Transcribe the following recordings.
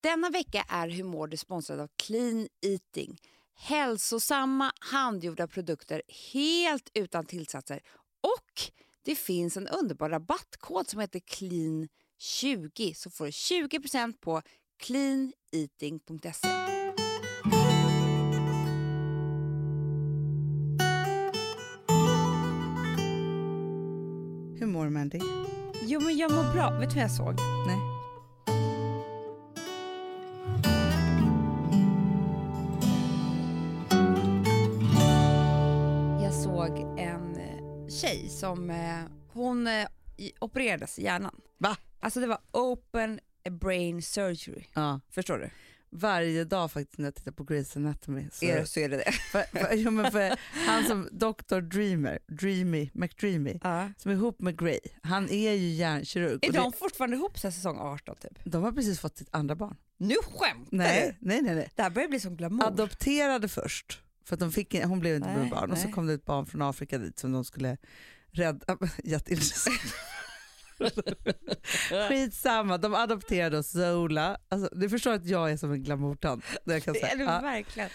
Denna vecka är Hur mår du sponsrad av Clean Eating. Hälsosamma handgjorda produkter helt utan tillsatser. Och det finns en underbar rabattkod som heter CLEAN20. Så får du 20% på cleaneating.se. Hur mår Mandy? Jo, men jag mår bra. Vet du vad jag såg? Nej. Jag såg en tjej som hon opererades i hjärnan. Va? Alltså det var open brain surgery. Ja. Förstår du? Varje dag faktiskt när jag tittar på Grey's Anatomy Så är det. för han som Dr. McDreamy som är ihop med Grey, han är ju hjärnkirurg. Är de fortfarande ihop så säsong 18 typ? De har precis fått sitt andra barn. Nu skämtar Nej. Det här börjar bli som glamour. Adopterade först. För att hon blev inte med barn. Och så kom det ett barn från Afrika dit som de skulle rädda. Jätteintressant. Skitsamma, de adopterade Zola. Alltså, du förstår att jag är som en glamourtant. Det är du verkligen.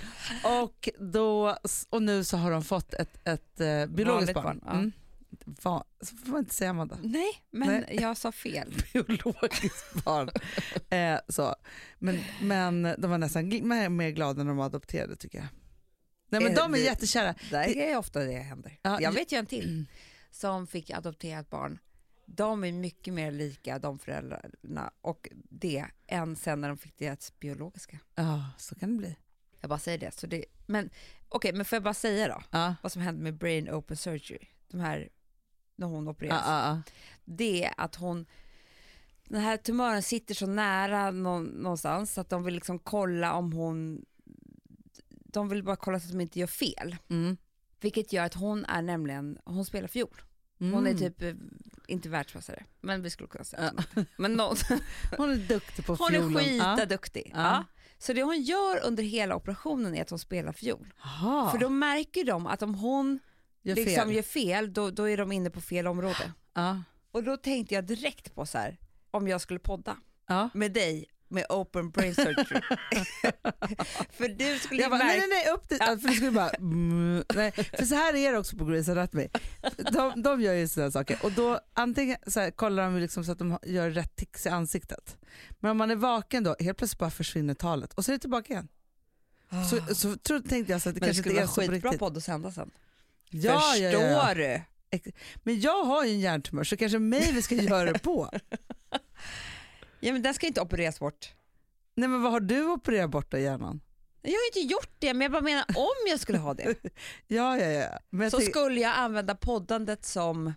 Och nu så har de fått ett biologiskt barn. Ja. Så får man inte säga, Amanda. Nej, men jag sa fel. Biologiskt barn. Så. Men de var nästan mer glada när de adopterade, tycker jag. Nej, men de är jättekära. Det är ofta det händer. Ja, jag vet ju en till som fick adopterat barn. De är mycket mer lika de föräldrarna och det än sen när de fick deras biologiska. Ja, så kan det bli. Jag bara säger det. Så det men får jag bara säga då vad som hände med brain open surgery. De här när hon opereras. Det är att den här tumören sitter så nära någonstans så att de vill liksom kolla om de vill bara kolla så att de inte gör fel. Vilket gör att hon spelar fiol. Hon är typ inte världsmästare, men vi skulle kunna säga men hon är duktig på fiol. Hon är skitduktig. Ja. Så det hon gör under hela operationen är att hon spelar fiol. För då märker de att om hon gör fel, då är de inne på fel område. Och då tänkte jag direkt på så här, om jag skulle podda med dig med open brain surgery. För du skulle nej, upp det. För du skulle bara nej, för så här är det också på Grey's Anatomy. De gör ju sådana saker och då antingen så här, kollar de liksom så att de gör rätt tics i ansiktet. Men om man är vaken då helt plötsligt bara försvinner talet och så är det tillbaka igen. Så tänkte jag så att det kanske inte är så på riktigt. Men det skulle vara skitbra podd att sända sen. Förstår du? Men jag har ju en hjärntumör så kanske mig vi ska göra det på. Ja, men den ska inte opereras bort. Nej, men vad har du opererat bort i hjärnan? Jag har inte gjort det, men jag bara menar om jag skulle ha det. Ja. Men så skulle jag använda poddandet som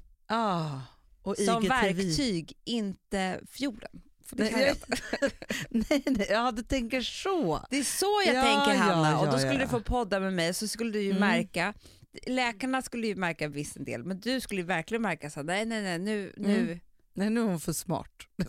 verktyg, inte fiolen. Nej, du tänker så. Det är så jag tänker, Hanna. Och då skulle du få podda med mig, så skulle du ju märka. Läkarna skulle ju märka en viss del, men du skulle ju verkligen märka så nej, nu. Nej, nu är hon för smart.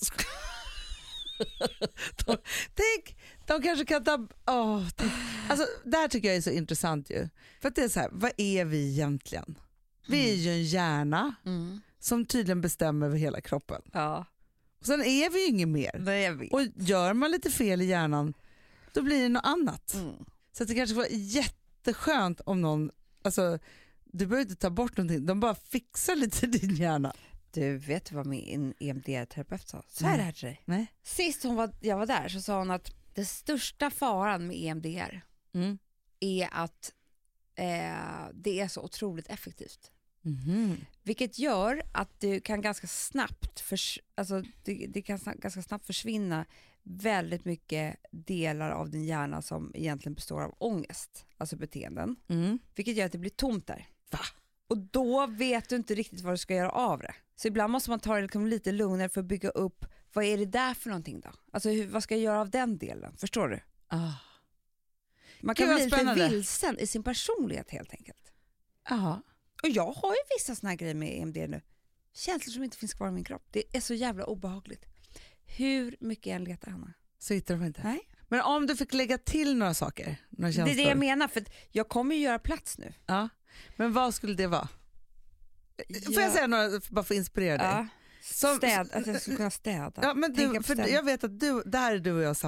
Tänk, de kanske kan ta... Alltså, det här tycker jag är så intressant ju. För att det är så här, vad är vi egentligen? Vi är ju en hjärna som tydligen bestämmer över hela kroppen. Ja. Och sen är vi ju inget mer. Nej, och gör man lite fel i hjärnan, då blir det något annat. Så att det kanske var jätteskönt om någon... Alltså, du behöver inte ta bort någonting. De bara fixar lite din hjärna. Du vet vad min EMDR-terapeut sa? Så här till dig. Nej. Sist jag var där så sa hon att den största faran med EMDR är att det är så otroligt effektivt. Vilket gör att du kan ganska snabbt ganska snabbt försvinna väldigt mycket delar av din hjärna som egentligen består av ångest, alltså beteenden. Vilket gör att det blir tomt där. Va? Och då vet du inte riktigt vad du ska göra av det. Så ibland måste man ta det liksom lite lugnare för att bygga upp, vad är det där för någonting då? Alltså vad ska jag göra av den delen? Förstår du? Man kan bli lite vilsen i sin personlighet helt enkelt. Och jag har ju vissa såna här grejer med EMDR nu. Känslor som inte finns kvar i min kropp. Det är så jävla obehagligt. Hur mycket jag än letar, Hanna. Så hittar de inte. Nej. Men om du fick lägga till några saker, några känslor. Det är det jag menar, för att jag kommer ju göra plats nu. Ja. Men vad skulle det vara? Får jag säga några, bara för att inspirera dig? Att jag skulle kunna städa. Ja, men jag vet att det här är du och jag samma.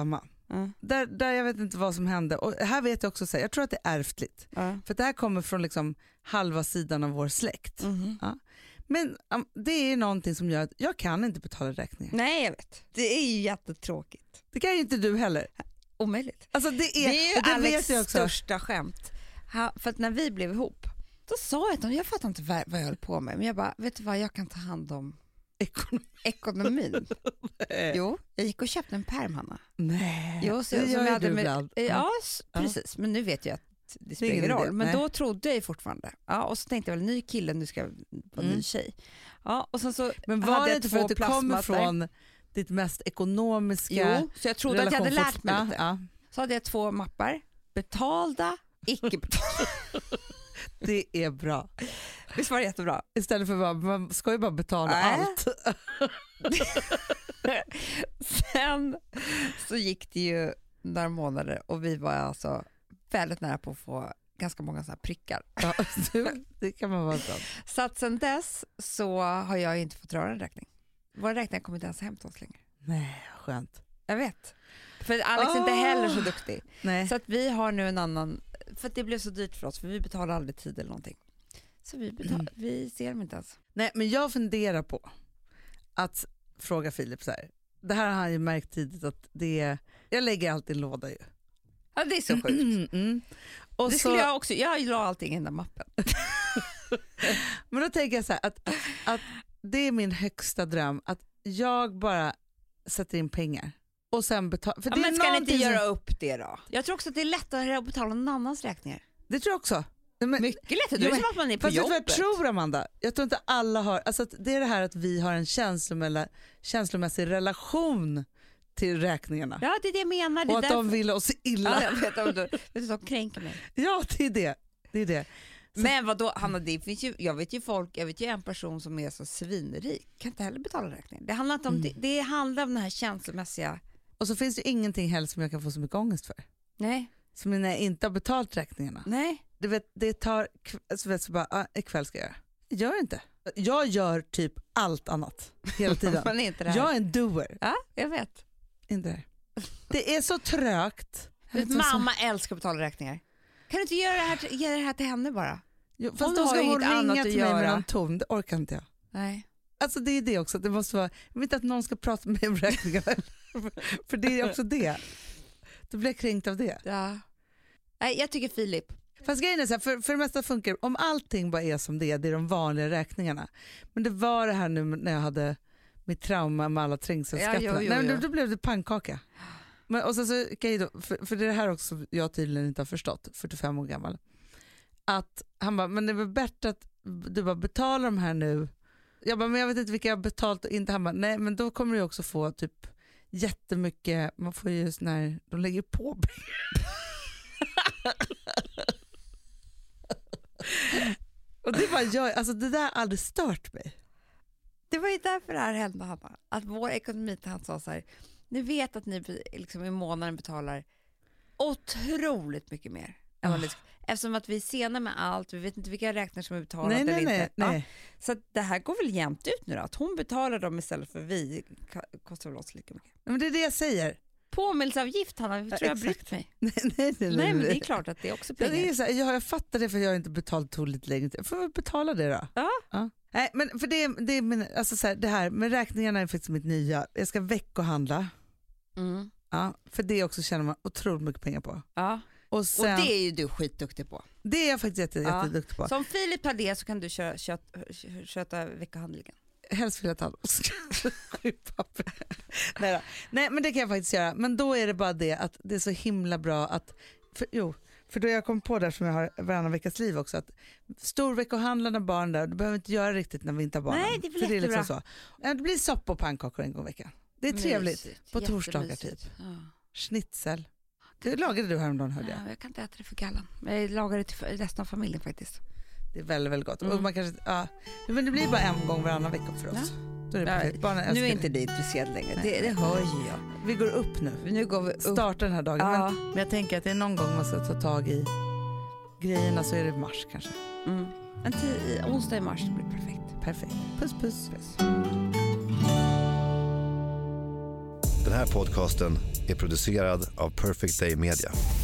Där jag vet inte vad som hände. Och här vet jag också, så här, jag tror att det är ärftligt. För det här kommer från liksom halva sidan av vår släkt. Ja. Men det är någonting som gör att jag kan inte betala räkningar. Nej, jag vet. Det är ju jättetråkigt. Det kan ju inte du heller. Omöjligt. Alltså det är ju det Alex vet jag också. Största skämt. För att när vi blev ihop, då sa jag till honom, jag fattar inte vad jag höll på med, men jag bara, vet du vad, jag kan ta hand om ekonomin. Jo, jag gick och köpte en pärm, Hanna. Nej, jo, så, det gör jag hade du ibland. Ja, precis. Men nu vet jag att det spelar ingen roll. Men då trodde jag ju fortfarande. Ja, och så tänkte jag väl, ny kille, nu ska jag vara ny tjej. Ja, och sen så men var det inte för att du kommer från ditt mest ekonomiska Jo, så jag trodde att jag hade lärt mig lite. Ja. Så hade jag 2 mappar. Betalda, icke betalda. Det är bra. Visst var det jättebra? Istället för att man ska ju bara betala allt. Sen så gick det ju några månader och vi var alltså väldigt nära på att få ganska många sådana här prickar. Ja, det kan man vara så. Så att sen dess så har jag inte fått röra en räkning. Våra räkningar kommer inte ens hem till oss längre. Nej, skönt. Jag vet. För Alex är inte heller så duktig. Nej. Så att vi har nu en annan, för att det blev så dyrt för oss, för vi betalar aldrig tid eller någonting. Så vi ser dem inte ens. Nej, men jag funderar på att fråga Filip så här. Det här har han ju märkt tidigt att det är, jag lägger alltid i en låda ju. Ja, det är så sjukt. Och det skulle jag också, jag la allting i den där mappen. Men då tänker jag så här att det är min högsta dröm att jag bara sätter in pengar och sen betalar. För ja, men ska ni inte göra upp det då? Jag tror också att det är lättare att betala någon annans räkningar. Det tror jag också. Men, mycket lättare, det är som att man är på jobbet. Jag tror, Amanda, jag tror inte alla har, alltså det är det här att vi har en känslomässig relation till räkningarna. Ja, det är det jag menar. Det och att därför de vill oss illa. Ja, jag vet de kränker mig. Ja, det är det. Så. Men vadå, Hanna, det finns ju, jag vet ju en person som är så svinrik, kan inte heller betala räkningen. Det handlar inte om det handlar om den här känslomässiga. Och så finns det ingenting heller som jag kan få så mycket ångest för. Nej. Som när jag inte har betalt räkningarna. Nej. Du vet, det tar, så bara, ikväll ska jag göra. Jag gör inte. Jag gör typ allt annat hela tiden. Men inte det här. Jag är en doer. Ja, jag vet. Inte det. Det är så trögt. Mamma älskar att betala räkningar. Kan du inte ge det här till henne bara? Jo, fast då ska hon ringa till mig med någon ton. Det orkar inte jag. Nej. Alltså det är det också. Det måste vara, jag vet inte att någon ska prata med mig om räkningar. För det är också det. Då blir jag kränkt av det. Ja. Nej, jag tycker Filip. Fast grejen är så här, för det mesta funkar, om allting bara är som det är de vanliga räkningarna. Men det var det här nu när jag hade mitt trauma med alla trängselskatterna. Ja, Nej, då blev det pannkaka. Men, och sen så kan jag då, för det är det här också jag tydligen inte har förstått, 45 år gammal. Att han bara, men det är väl bättre att du bara betalar de här nu. Jag bara, men jag vet inte vilka jag har betalt och inte. Han bara, nej men då kommer du också få typ jättemycket, man får ju när de lägger på. Och det var jag, alltså det där har aldrig stört mig. Det var ju därför det här hände, Hanna. Att vår ekonomitant sa så här, ni vet att ni liksom i månaden betalar otroligt mycket mer. Eftersom att vi är sena med allt, vi vet inte vilka räkningar som är betalat eller inte. Nej. Ja, så att det här går väl jämnt ut nu då? Att hon betalar dem istället för vi kostar väl oss lika mycket. Men det är det jag säger. Påminnelseavgift, Hanna, jag tror jag har brytt mig. Nej, men det är klart att det är också pengar. Det är så här, jag fattar det för jag har inte betalt, tog lite längre. Jag får betala det då. Ja. Nej, men för det är alltså så här, det här med räkningarna är faktiskt mitt nya. Jag ska veckohandla. Ja, för det också tjänar man otroligt mycket pengar på. Ja. Och det är ju du skitduktig på. Det är jag faktiskt jätteduktig på. Så om Filip har det så kan du köta veckohandlingen. Helst vill jag ta Nej, men det kan jag faktiskt göra. Men då är det bara det att det är så himla bra att för då jag kom på där som jag har varannan veckas liv också, att storveckohandlarna barn där, du behöver inte göra riktigt när vi inte har barnen. Nej, det blir jättebra. Det är liksom så. Det blir soppa och pannkakor en gång i veckan. Det är trevligt. På torsdagar typ. Ja. Schnitzel. Det lagade du häromdagen, hörde jag. Jag kan inte äta det för gallan. Men jag lagar det till resten av familjen faktiskt. Det är väldigt, väldigt gott. Och man kanske, men det blir bara en gång varannan vecka för oss. Då är det nu är inte det intresserad längre. Det hör ju jag. Vi går upp nu. Nu går vi upp. Startar den här dagen. Men jag tänker att det är någon gång man ska ta tag i grejerna, så är det mars kanske. Onsdag i mars, det blir perfekt. Perfekt. Puss. Den här podcasten är producerad av Perfect Day Media.